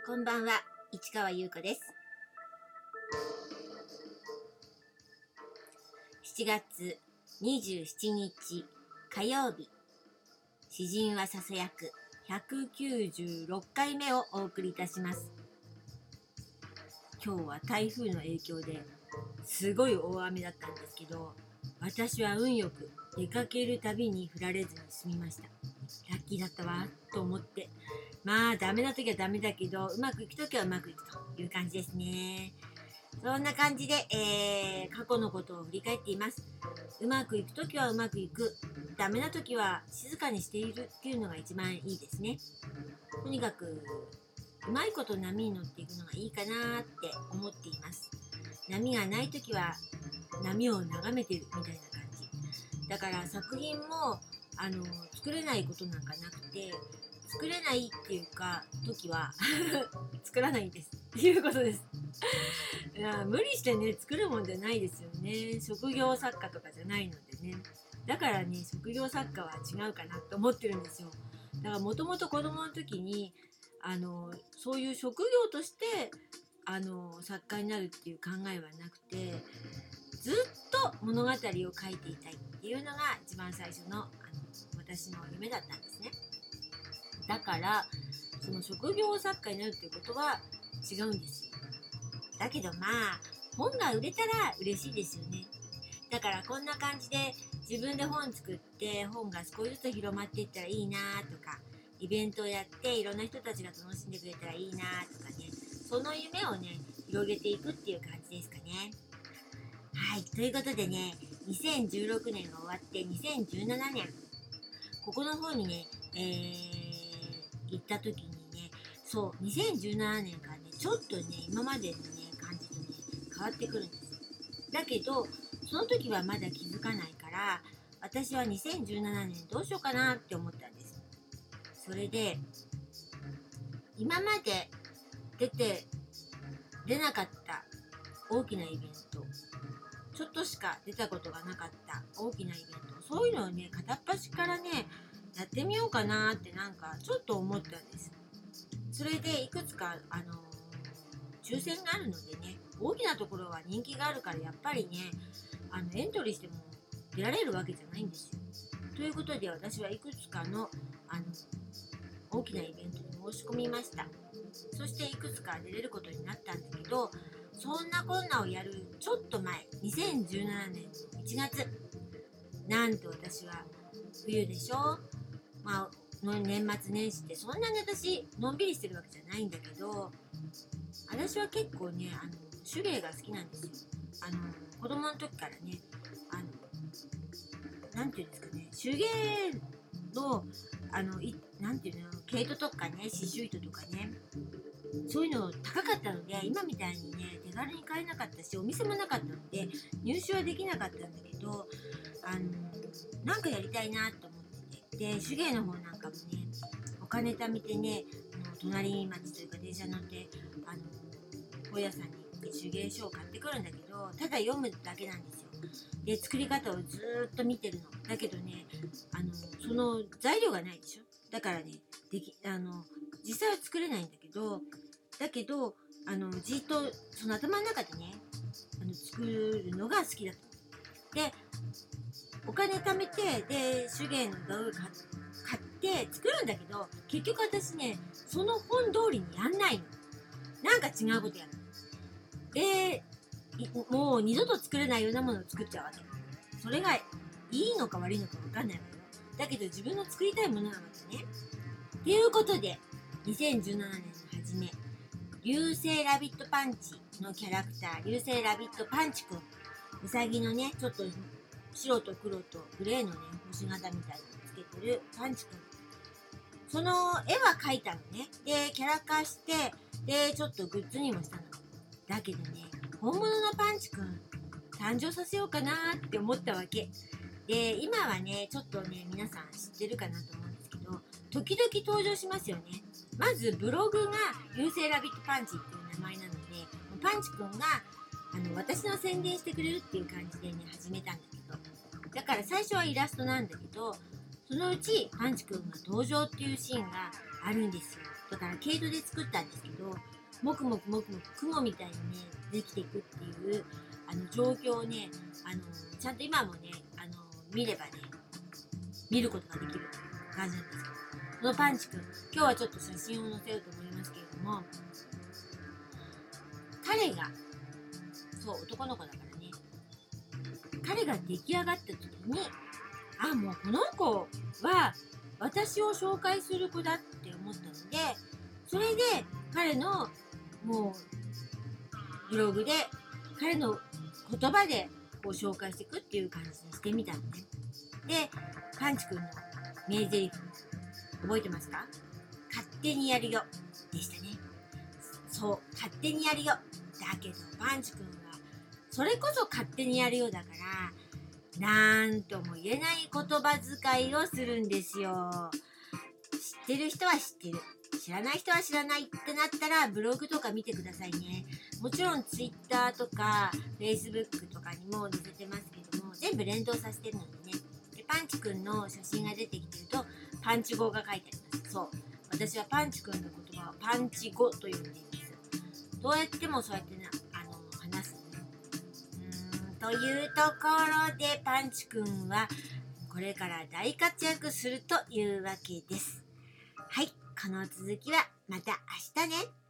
こんばんは、市川優子です。7月27日火曜日、詩人はささやく196回目をお送りいたします。今日は台風の影響ですごい大雨だったんですけど、私は運よく出かけるたびに降られずに済みました。ラッキーだったわと思って、まあダメな時はダメだけど、うまくいく時はうまくいくという感じですね。そんな感じで、過去のことを振り返っています。うまくいく時はうまくいく、ダメな時は静かにしているっていうのが一番いいですね。とにかくうまいこと波に乗っていくのがいいかなって思っています。波がない時は波を眺めてるみたいな感じだから、作品も作れないことなんかなくて、作れないっていうか時は作らないですっていうことです。いや、無理してね作るもんじゃないですよね。職業作家とかじゃないのでね。だからね、職業作家は違うかなと思ってるんですよ。だからもともと子供の時にそういう職業として作家になるっていう考えはなくて、ずっと物語を書いていたいっていうのが一番最初の私の夢だったんですね。だからその職業作家になるっていうことは違うんですよ。だけどまあ本が売れたら嬉しいですよね。だからこんな感じで自分で本作って本が少しずつ広まっていったらいいなとか、イベントをやっていろんな人たちが楽しんでくれたらいいなとかね、その夢をね広げていくっていう感じですかね。はい、ということでね、2016年が終わって2017年、ここの方にね、行った時にね、そう2017年からねちょっとね今までのね感じとね変わってくるんです。だけどその時はまだ気づかないから、私は2017年どうしようかなって思ったんです。それで今まで出なかった大きなイベント、ちょっとしか出たことがなかった大きなイベント、そういうのをね片っ端からねやってみようかなってなんかちょっと思ったんです。それでいくつか抽選があるのでね、大きなところは人気があるからやっぱりねエントリーしても出られるわけじゃないんですよ。ということで私はいくつかの大きなイベントに申し込みました。そしていくつか出れることになったんだけど、そんなこんなをやるちょっと前、2017年の1月、なんと私は冬でしょ、まあの年末年始ってそんなに私のんびりしてるわけじゃないんだけど、私は結構ね手芸が好きなんですよ。子供の時からねなんていうんですかね、手芸のなんていうの、毛糸とかね刺繍糸とかね、そういうの高かったので、今みたいにね手軽に買えなかったし、お店もなかったので入手はできなかったんだけど、なんかやりたいなと思ってて、で手芸の方なんかもねお金貯めてね、隣町というか電車乗って本屋さんに行って手芸書を買ってくるんだけど、ただ読むだけなんですよ。で作り方をずっと見てるのだけどね、その材料がないでしょ。だからね実際は作れないんだけど、じっとその頭の中でね作るのが好きだった。でお金貯めて、で手芸の道具買って作るんだけど、結局私ねその本通りにやんないの。なんか違うことやる。でもう二度と作れないようなものを作っちゃうわけ。それがいいのか悪いのか分かんないわよ。だけど自分の作りたいものなわけね。っていうことで2017年の初め、流星ラビットパンチのキャラクター、流星ラビットパンチくん、うさぎのねちょっと白と黒とグレーのね星型みたいにつけてるパンチくん、その絵は描いたのね。でキャラ化して、でちょっとグッズにもしたの。だけどね、本物のパンチくん誕生させようかなって思ったわけで、今はねちょっとね皆さん知ってるかなと思うんですけど、時々登場しますよね。まずブログが流星ラビットパンチっていう名前なので、パンチくんが私の宣伝してくれるっていう感じでね始めたんだけど、だから最初はイラストなんだけど、そのうちパンチくんが登場っていうシーンがあるんですよ。 だから毛糸で作ったんですけど、もくもくもくもく雲みたいにねできていくっていう状況をね、ちゃんと今もね見ればね見ることができる感じなんですけど、このパンチくん、今日はちょっと写真を載せようと思いますけれども、彼がそう男の子だからね、彼が出来上がった時に、あ、もうこの子は私を紹介する子だって思ったので、それで彼のもうブログで彼の言葉でこう紹介していくっていう感じにしてみたのね。で、パンチくんの名台詞覚えてますか？勝手にやるよでしたね。そう、勝手にやるよ。だけどパンチくんはそれこそ勝手にやるよだから、なんとも言えない言葉遣いをするんですよ。知ってる人は知ってる、知らない人は知らないってなったらブログとか見てくださいね。もちろんツイッターとかフェイスブックとかにも載せてますけども、全部連動させてるのでね。でパンチくんの写真が出てきてるとパンチ語が書いてあります。そう、私はパンチくんの言葉をパンチ語と呼んでいます。どうやってもそうやってね話すのね。というところでパンチくんはこれから大活躍するというわけです。はい、この続きはまた明日ね。